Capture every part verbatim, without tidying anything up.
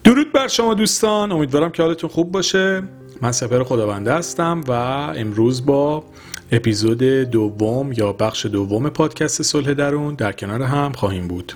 درود بر شما دوستان، امیدوارم که حالتون خوب باشه. من سپر خداونده هستم و امروز با اپیزود دوم یا بخش دوم پادکست صلح درون در کنار هم خواهیم بود.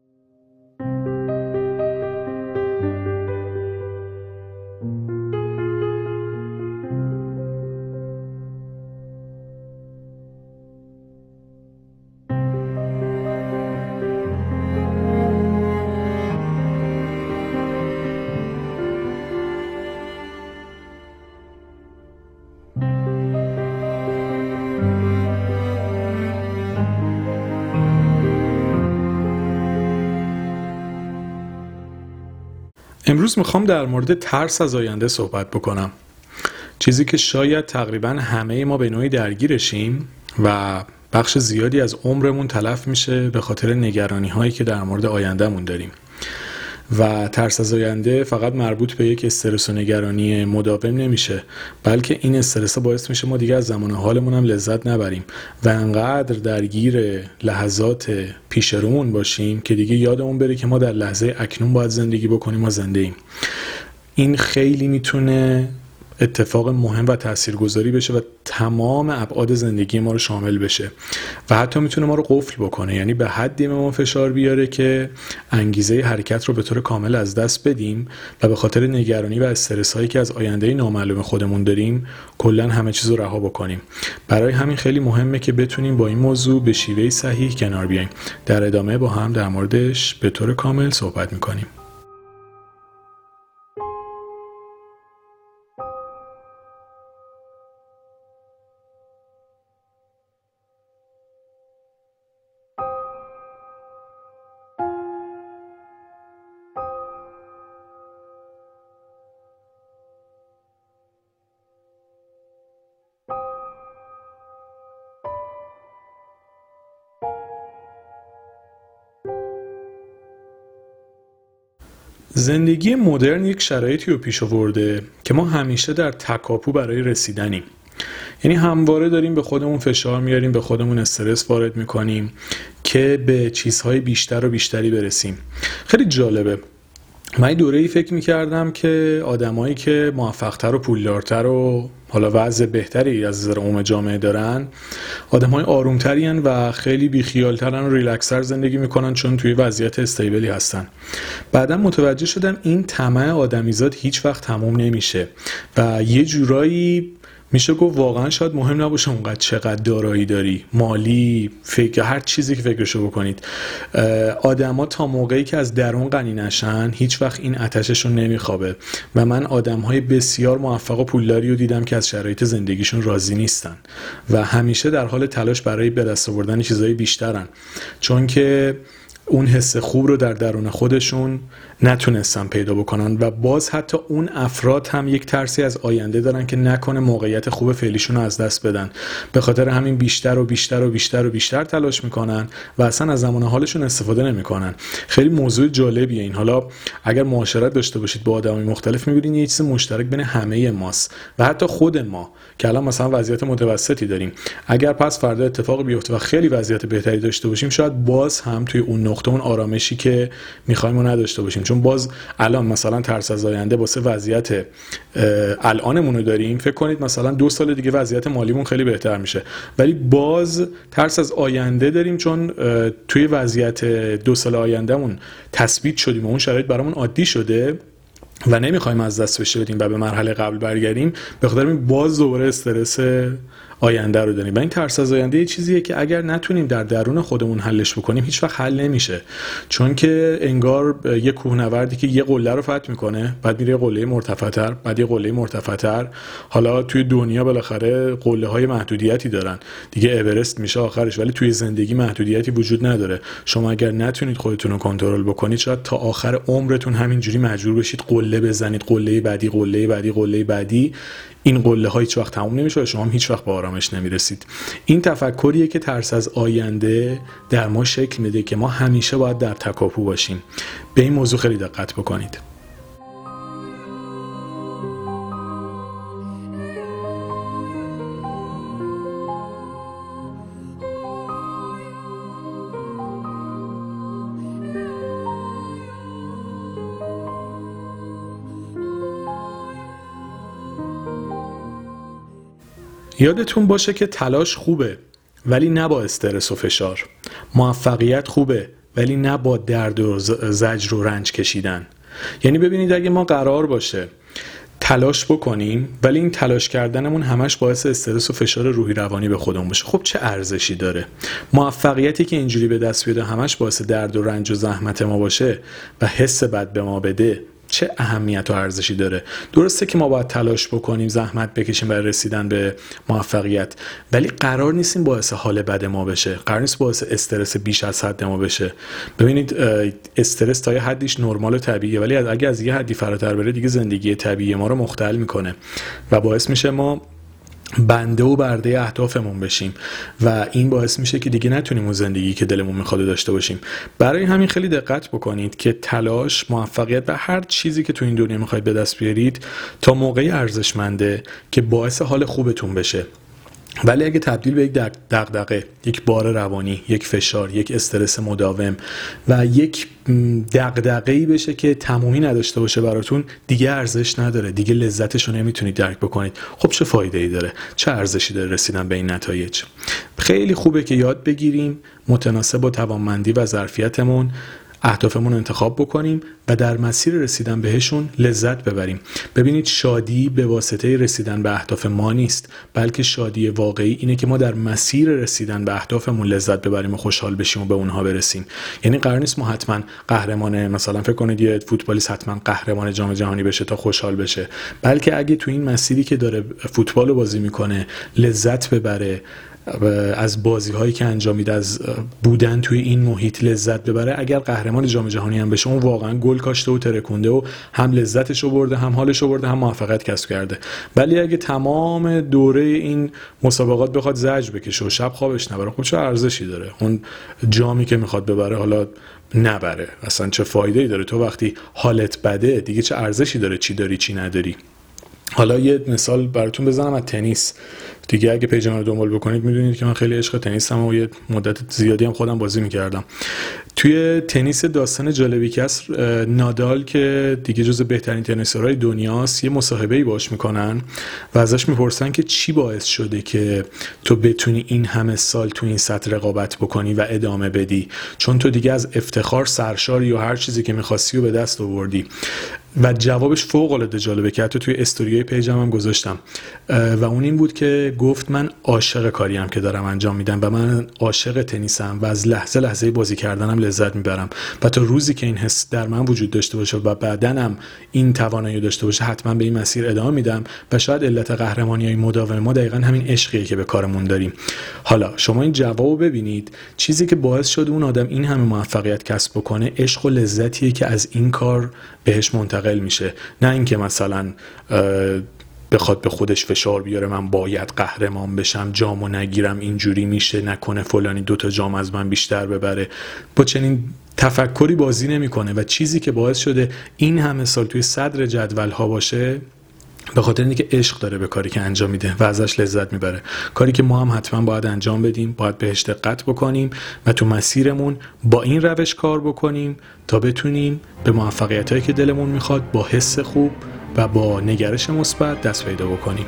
امروز میخوام در مورد ترس از آینده صحبت بکنم. چیزی که شاید تقریبا همه ما به نوعی درگیرشیم و بخش زیادی از عمرمون تلف میشه به خاطر نگرانی هایی که در مورد آیندهمون داریم. و ترس از آینده فقط مربوط به یک استرس و نگرانی مداوم نمیشه، بلکه این استرس باعث میشه ما دیگه از زمان حالمون هم لذت نبریم و انقدر درگیر لحظات پیش رومون باشیم که دیگه یادمون بره که ما در لحظه اکنون باید زندگی بکنیم و زنده ایم. این خیلی میتونه اتفاق مهم و تاثیرگذاری بشه و تمام ابعاد زندگی ما رو شامل بشه و حتی میتونه ما رو قفل بکنه، یعنی به حدی به ما فشار بیاره که انگیزه حرکت رو به طور کامل از دست بدیم و به خاطر نگرانی و استرس هایی که از آینده نامعلوم خودمون داریم کلا همه چیز رو رها بکنیم. برای همین خیلی مهمه که بتونیم با این موضوع به شیوه صحیح کنار بیاییم. در ادامه با هم در موردش به طور کامل صحبت میکنیم. زندگی مدرن یک شرایطی رو پیش آورده که ما همیشه در تکاپو برای رسیدنیم. یعنی همواره داریم به خودمون فشار میاریم، به خودمون استرس وارد میکنیم که به چیزهای بیشتر و بیشتری برسیم. خیلی جالبه. من دوره‌ای فکر میکردم که آدمایی که موفق‌تر و پولدارتر و حالا وضع بهتری از نظر عموم جامعه دارن آدمای آرومتری هن و خیلی بیخیالترن و ریلکسر زندگی میکنن چون توی وضعیت استیبلی هستن. بعدم متوجه شدم این طمع آدمیزاد هیچ وقت تموم نمیشه و یه جورایی میشه گفت واقعا شاید مهم نباشه اونقدر چقدر دارایی داری، مالی، فکر، هر چیزی که فکرشو بکنید. آدما تا موقعی که از درون غنی نشن هیچ وقت این آتششون نمیخوابه و من آدمهای بسیار موفق و پولداری رو دیدم که از شرایط زندگیشون راضی نیستن و همیشه در حال تلاش برای به دست آوردن چیزای بیشترن، چون که اون حس خوب رو در درون خودشون نتونستن پیدا بکنن و باز حتی اون افراد هم یک ترسی از آینده دارن که نکنه موقعیت خوب فعلیشون رو از دست بدن. به خاطر همین بیشتر و بیشتر و بیشتر و بیشتر تلاش میکنن و اصلا از زمان حالشون استفاده نمیکنن. خیلی موضوع جالبیه این. حالا اگر معاشرت داشته باشید با آدمای مختلف میبینید یه چیز مشترک بین همه ماست و حتی خود ما که الان مثلا وضعیت متوسطی داریم، اگر پس فردا اتفاق بیفته و خیلی وضعیت بهتری داشته باشیم شاید باز هم توی اون نقطه اون آرامشی که می‌خوایم رو نداشته باشیم، چون باز الان مثلا ترس از آینده واسه وضعیت الانمون رو داریم. فکر کنید مثلا دو سال دیگه وضعیت مالیمون خیلی بهتر میشه، ولی باز ترس از آینده داریم چون توی وضعیت دو سال آیندهمون تثبیت شدیم و اون شرایط برامون عادی شده و نمیخوایم از دست بشه بدیم و به مرحله قبل برگردیم. به خاطر این باز دوباره استرس آینده رو داریم و این ترس از آینده یه چیزیه که اگر نتونیم در درون خودمون حلش بکنیم هیچ وقت حل نمیشه، چون که انگار یه کوهنوردی که یه قله رو فتح میکنه، بعد میره قله مرتفع‌تر، بعد یه قله مرتفع‌تر. حالا توی دنیا بالاخره قله‌های محدودیتی دارن دیگه، اورست میشه آخرش، ولی توی زندگی محدودیتی وجود نداره. شما اگر نتونید خودتون رو کنترل بکنید شاید تا آخر عمرتون همینجوری مجبور بشید قله بزنید، قله بعدی، قله بعدی، قله بعدی. این قله ها هیچ وقت تموم نمیشه و شما هم هیچ وقت به آرامش نمیرسید. این تفکریه که ترس از آینده در ما شکل میده که ما همیشه باید در تکاپو باشیم. به این موضوع خیلی دقت بکنید. یادتون باشه که تلاش خوبه ولی نه با استرس و فشار. موفقیت خوبه ولی نه با درد و زجر و رنج کشیدن. یعنی ببینید اگه ما قرار باشه تلاش بکنیم ولی این تلاش کردنمون همش باعث استرس و فشار روحی روانی به خودمون باشه، خب چه ارزشی داره؟ موفقیتی که اینجوری به دست بیاد همش باعث درد و رنج و زحمت ما باشه و حس بد به ما بده، چه اهمیت و ارزشی داره؟ درسته که ما باید تلاش بکنیم، زحمت بکشیم برای رسیدن به موفقیت، ولی قرار نیستیم باعث حال بد ما بشه، قرار نیست باعث استرس بیش از حد ما بشه. ببینید استرس تا یه حدیش نرمال و طبیعیه، ولی اگه از یه حدی فراتر بره دیگه زندگی طبیعی ما رو مختل میکنه و باعث میشه ما بنده و برده اهدافمون بشیم و این باعث میشه که دیگه نتونیم اون زندگی که دلمون میخواد داشته باشیم. برای همین خیلی دقت بکنید که تلاش، موفقیت و هر چیزی که تو این دنیا میخواید به دست بیارید تا موقعی ارزشمنده که باعث حال خوبتون بشه. ولی اگه تبدیل به یک دغدغه، یک بار روانی، یک فشار، یک استرس مداوم و یک دغدغه‌ای بشه که تمومی نداشته باشه براتون، دیگه ارزش نداره، دیگه لذتش رو نمیتونید درک بکنید. خب چه فایده‌ای داره؟ چه ارزشی داره رسیدن به این نتایج؟ خیلی خوبه که یاد بگیریم متناسب با توانمندی و ظرفیتمون اهدافمون انتخاب بکنیم و در مسیر رسیدن بهشون لذت ببریم. ببینید شادی به واسطه رسیدن به اهداف ما نیست، بلکه شادی واقعی اینه که ما در مسیر رسیدن به اهدافمون لذت ببریم و خوشحال بشیم و به اونها برسیم. یعنی قرار نیست ما حتما قهرمان، مثلا فکر کنید یه فوتبالیست حتما قهرمان جام جهانی بشه تا خوشحال بشه، بلکه اگه تو این مسیری که داره فوتبال رو بازی میکنه لذت ببره، از بازی هایی که انجام میده، از بودن توی این محیط لذت ببره، اگر قهرمان جام جهانی هم بشه اون واقعا گل کاشته و ترکونده و هم لذتش رو برده، هم حالش رو برده، هم موفقیت کسب کرده. ولی اگه تمام دوره این مسابقات بخواد زجر بکشه و شب خوابش نبره، خب چه ارزشی داره؟ اون جامی که میخواد ببره حالا نبره، اصلا چه فایده‌ای داره؟ تو وقتی حالت بده دیگه چه ارزشی داره چی داری چی نداری؟ حالا یه مثال براتون بزنم از تنیس. دیگه اگه پیج من رو دنبال بکنید میدونید که من خیلی عشق تنیسم و یه مدت زیادی هم خودم بازی میکردم. توی تنیس داستان جالبی که هست، نادال که دیگه جز بهترین تنیسورهای دنیاست، یه مصاحبه‌ای باهاش میکنن و ازش میپرسن که چی باعث شده که تو بتونی این همه سال تو این سطح رقابت بکنی و ادامه بدی، چون تو دیگه از افتخار سرشاری و هر چیزی که میخواستی رو به دست آوردی. و جوابش فوق العاده جالبه که حتی توی استوریای پیجم هم گذاشتم و اون این بود که گفت من عاشق کاریم که دارم انجام میدم و من عاشق تنیسم و از لحظه لحظه بازی کردنم لذت میبرم و تا روزی که این حس در من وجود داشته باشه و بعدنم این توانایی داشته باشه حتما به این مسیر ادامه میدم و شاید علت قهرمانی‌های مداوم ما دقیقاً همین عشقیه که به کارمون داریم. حالا شما این جوابو ببینید، چیزی که باعث شده اون آدم این همه موفقیت کسب بکنه عشق و لذتیه که از این کار بهش منتقل میشه، نه اینکه مثلا بخواد به خودش فشار بیاره من باید قهرمان بشم، جامو نگیرم اینجوری میشه، نکنه فلانی دوتا جام از من بیشتر ببره. با چنین تفکری بازی نمیکنه و چیزی که باعث شده این همه سال توی صدر جدول ها باشه به خاطر اینکه عشق داره به کاری که انجام میده و ازش لذت میبره. کاری که ما هم حتما باید انجام بدیم، باید بهش دقت بکنیم و تو مسیرمون با این روش کار بکنیم تا بتونیم به موفقیتایی که دلمون میخواد با حس خوب و با نگرش مثبت دست پیدا بکنیم.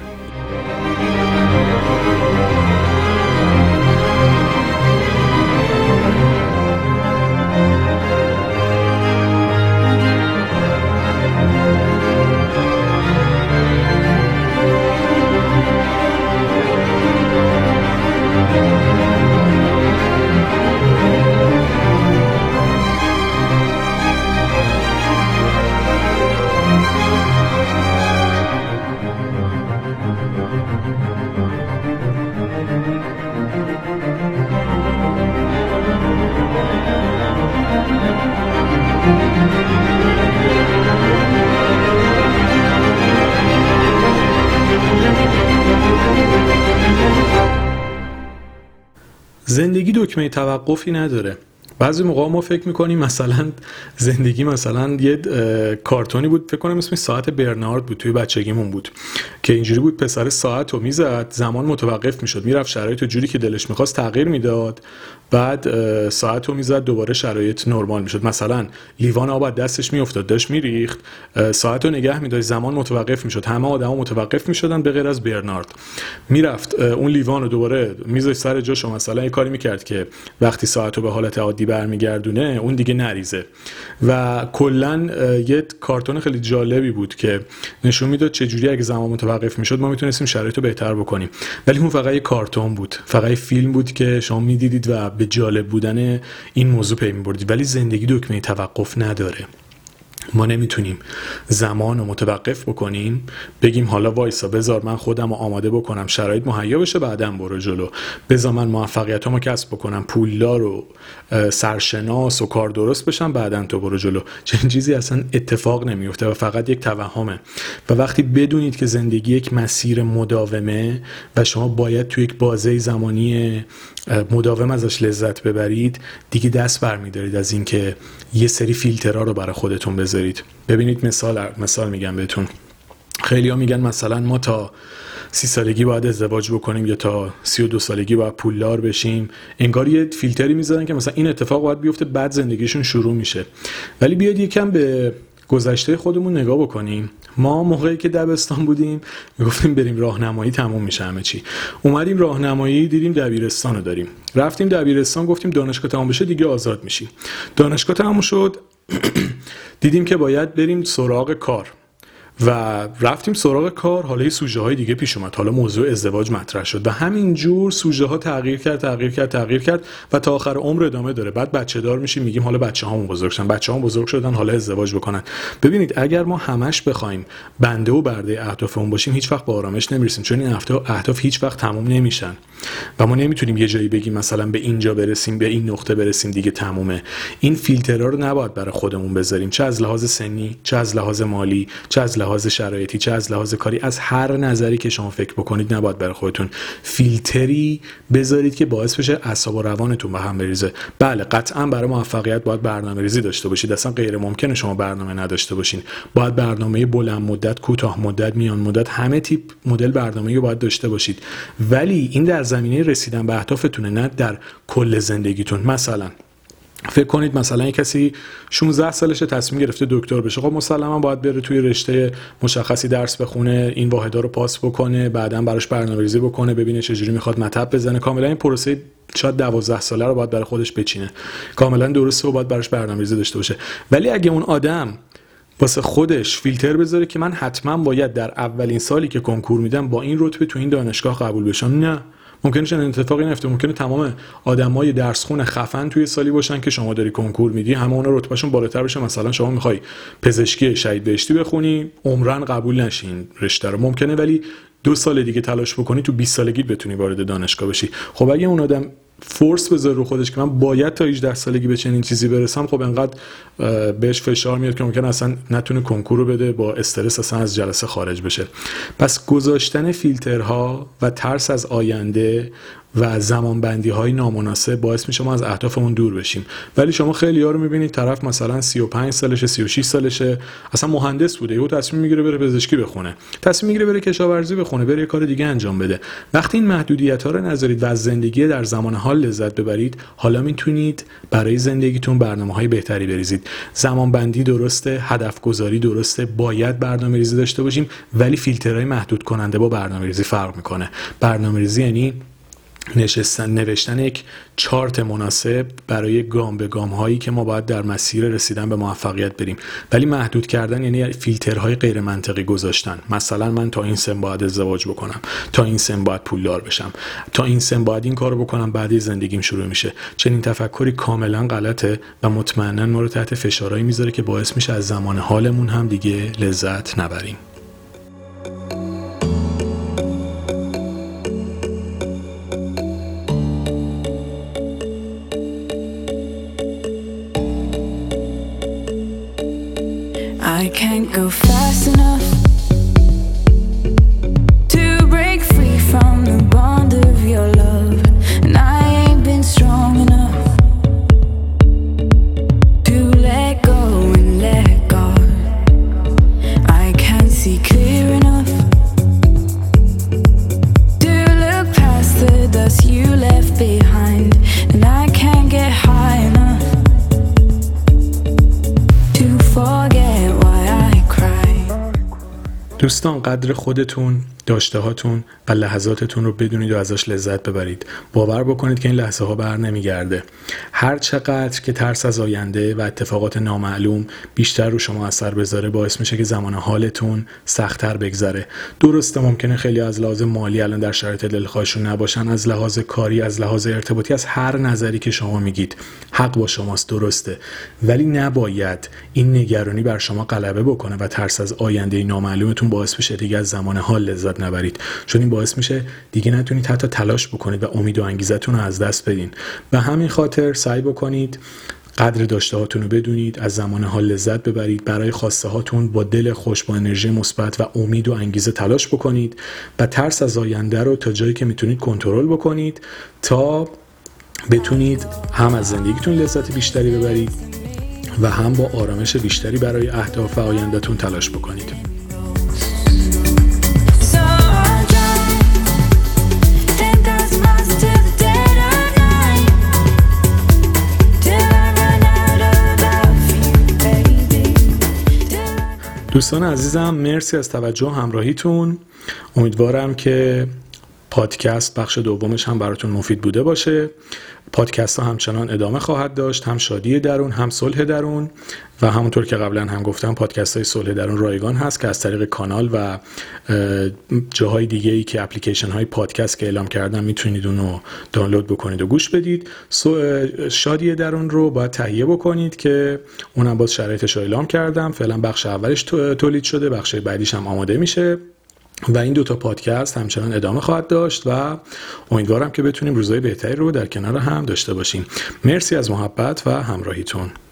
زندگی دکمه توقفی نداره. بعضی موقع ما فکر میکنیم مثلا زندگی مثلا یه کارتونی بود، فکر کنم اسمش ساعت برنارد بود، توی بچگیمون بود که اینجوری بود پسر ساعت رو میزد، زمان متوقف میشد، میرفت شرایط رو جوری که دلش میخواست تغییر میداد، بعد ساعت رو میزد دوباره شرایط نرمال میشد. مثلا لیوان آب از دستش میافتاد داشت میریخت، ساعت رو نگه میداشت، زمان متوقف میشد، همه آدما متوقف میشدن به غیر از برنارد. میرفت اون لیوان رو دوباره میذاشت سر جاش، مثلا یه کاری میکرد که وقتی ساعت رو به حالت عادی برمیگردونه اون دیگه نریزه. و کلا یه کارتون خیلی جالبی بود که نشون میداد چه جوری اگه زمان متوقف میشد ما میتونستیم شرایط رو بهتر بکنیم. ولی اون فقط یه کارتون بود، فقط یه فیلم بود که شما میدیدید و به جالب بودن این موضوع پی میبردید. ولی زندگی دکمه توقف نداره. ما نمیتونیم زمان رو متوقف بکنیم، بگیم حالا وایسا بذار من خودم رو آماده بکنم شرایط مهیا بشه بعدم برو جلو، بذار من موفقیتامو کسب بکنم، پولدار و سرشناس و کار درست بشم بعدن تو برو جلو. چنین چیزی اصلا اتفاق نمیفته و فقط یک توهمه. و وقتی بدونید که زندگی یک مسیر مداومه و شما باید توی یک بازه زمانی مداوم ازش لذت ببرید، دیگه دست برمی‌دارید از این که یه سری فیلترها رو برای خودتون بذارید. ببینید مثال مثال میگم بهتون، خیلی‌ها میگن مثلا ما تا سی سالگی باید ازدواج بکنیم یا تا سی و دو سالگی باید پولدار بشیم. انگار یه فیلتری میذارن که مثلا این اتفاق باید بیفته بعد زندگیشون شروع میشه. ولی بیاید یکم به گذشته خودمون نگاه بکنیم. ما موقعی که دبستان بودیم میگفتیم بریم راهنمایی، تموم میشه همه چی. اومدیم راهنمایی، دیدیم دبیرستان رو داریم، رفتیم دبیرستان، گفتیم دانشگاه تموم بشه دیگه آزاد میشیم. دانشگاه تموم شد دیدیم که باید بریم سراغ کار و رفتیم سراغ کار. حالا یه سوژه های دیگه پیش اومد، حالا موضوع ازدواج مطرح شد و همین جور سوژه ها تغییر کرد تغییر کرد تغییر کرد و تا آخر عمر ادامه داره. بعد بچه دار میشیم، میگیم حالا بچه‌هامون بزرگ شدن، بچه‌هام بزرگ شدن حالا ازدواج بکنن. ببینید اگر ما همش بخوایم بنده و برده اهدافمون باشیم هیچ وقت به آرامش نمیرسیم، چون این اهداف هیچ وقت تموم نمیشن و ما نمیتونیم یه جایی بگیم مثلا به اینجا برسیم، به این نقطه برسیم دیگه تمومه. این فیلترها رو نباید برای خودمون بذاریم، چه از لحاظ سنی، چه از لحاظ مالی، چه از لحاظ شرایطی، چه از لحاظ کاری. از هر نظری که شما فکر بکنید نباید برای خودتون فیلتری بذارید که باعث بشه اعصاب و روانتون به هم بریزه. بله قطعا برای موفقیت باید برنامه‌ریزی داشته باشید، اصلا غیر ممکنه شما برنامه نداشته باشین. باید برنامه بلند مدت، کوتاه مدت، میان مدت، همه تیپ مدل برنامه‌ای رو باید داشته باشید. ولی این در زمینه رسیدن به اهدافتونه، نه در کل زندگیتون. مثلا فکر کنید مثلا یک کسی شانزده سالشه تصمیم گرفته دکتر بشه، خب مسلما باید بره توی رشته مشخصی درس بخونه، این واحدا رو پاس بکنه، بعداً براش برنامه‌ریزی بکنه، ببینه چجوری میخواد مطب بزنه. کاملا این پروسه شاید دوازده ساله رو باید برای خودش بچینه، کاملا درسته و باید براش برنامه‌ریزی داشته باشه. ولی اگه اون آدم واسه خودش فیلتر بذاره که من حتما باید در اولین سالی که کنکور میدم با این رتبه تو این دانشگاه قبول بشم، نه، ممکنه چنین اتفاقی نیفته. ممکنه تمام آدمای درسخون خفن توی سالی باشن که شما داری کنکور میدی، همه اونا رتبهشون بالاتر بشه. مثلا شما میخوای پزشکی شهید بهشتی بخونی، عمرن قبول نشین رشته رو، ممکنه ولی دو سال دیگه تلاش بکنی تو بیست سالگی بتونی وارد دانشگاه بشی. خب اگه اون آدم فورس بذاره رو خودش که من باید تا هجده سالگی به چنین چیزی برسم، خب انقدر بهش فشار میاد که ممکن اصلا نتونه کنکور رو بده، با استرس اصلا از جلسه خارج بشه. پس گذاشتن فیلترها و ترس از آینده و زمانبندی های نامناسب باعث میشه ما از اهدافمون دور بشیم. ولی شما خیلی ها رو میبینید طرف مثلا سی و پنج سالشه، سی و شش سالشه، اصلا مهندس بوده، یهو تصمیم میگیره بره پزشکی بخونه، تصمیم میگیره بره کشاورزی بخونه، بره یه کار دیگه انجام بده. وقتی این محدودیت ها رو نذارید و از زندگی در زمان حال لذت ببرید، حالا میتونید برای زندگیتون برنامه‌های بهتری بریزید. زمانبندی درسته، هدف گذاری درسته، باید برنامه‌ریزی داشته باشیم، ولی فیلترهای محدود کننده با برنامه‌ریزی فرق میکنه. برنامه‌ریزی یعنی نشستن نوشتن یک چارت مناسب برای گام به گام هایی که ما باید در مسیر رسیدن به موفقیت بریم. ولی محدود کردن یعنی فیلترهای غیر منطقی گذاشتن. مثلا من تا این سن باید ازدواج بکنم، تا این سن باید پولدار بشم، تا این سن باید این کارو بکنم، بعد زندگیم شروع میشه. چنین تفکری کاملا غلطه و مطمئنا ما رو تحت فشارهایی میذاره که باعث میشه از زمان حالمون هم دیگه لذت نبریم. I can't go fast enough to break free from the bond of your love, and I ain't been strong enough دوستان قدر خودتون، داشته هاتون و لحظاتتون رو بدونید و ازش لذت ببرید. باور بکنید که این لحظه ها بر نمیگرده. هر چقدر که ترس از آینده و اتفاقات نامعلوم بیشتر رو شما اثر بذاره باعث میشه که زمان حالتون سخت‌تر بگذره. درسته ممکنه خیلی از لحاظ مالی الان در شرایط دلخواهشون نباشن، از لحاظ کاری، از لحاظ ارتباطی، از هر نظری که شما میگید حق با شماست، درسته، ولی نباید این نگرانی بر شما غلبه بکنه و ترس از آینده نامعلومتون باعث بشه دیگه از زمان حال لذت نبرید، چون این باعث میشه دیگه نتونید حتی تلاش بکنید و امید و انگیزتون رو از دست بدین. به همین خاطر سعی بکنید قدر داشته هاتون رو بدونید، از زمان حال لذت ببرید، برای خواسته هاتون با دل خوش، با انرژی مثبت و امید و انگیزه تلاش بکنید و ترس از آینده رو تا جایی که میتونید کنترل بکنید تا بتونید هم از زندگیتون لذت بیشتری ببرید و هم با آرامش بیشتری برای اهداف و آینده‌تون تلاش بکنید. دوستان عزیزم، مرسی از توجه و همراهیتون. امیدوارم که پادکست بخش دومش هم براتون مفید بوده باشه. پادکست ها همچنان ادامه خواهد داشت، هم شادی درون، هم صلح درون، و همونطور که قبلا هم گفتم پادکست های صلح درون رایگان هست که از طریق کانال و جاهای دیگه ای که اپلیکیشن های پادکست که اعلام کردم میتونید اونو دانلود بکنید و گوش بدید. شادی درون رو باید تهیه بکنید که اونم باز شرایطش رو اعلام کردم. فعلا بخش اولش تولید شده، بخش بعدیش هم آماده میشه و این دوتا پادکست همچنان ادامه خواهد داشت و امیدوارم که بتونیم روزهای بهتری رو در کنار هم داشته باشیم. مرسی از محبت و همراهیتون.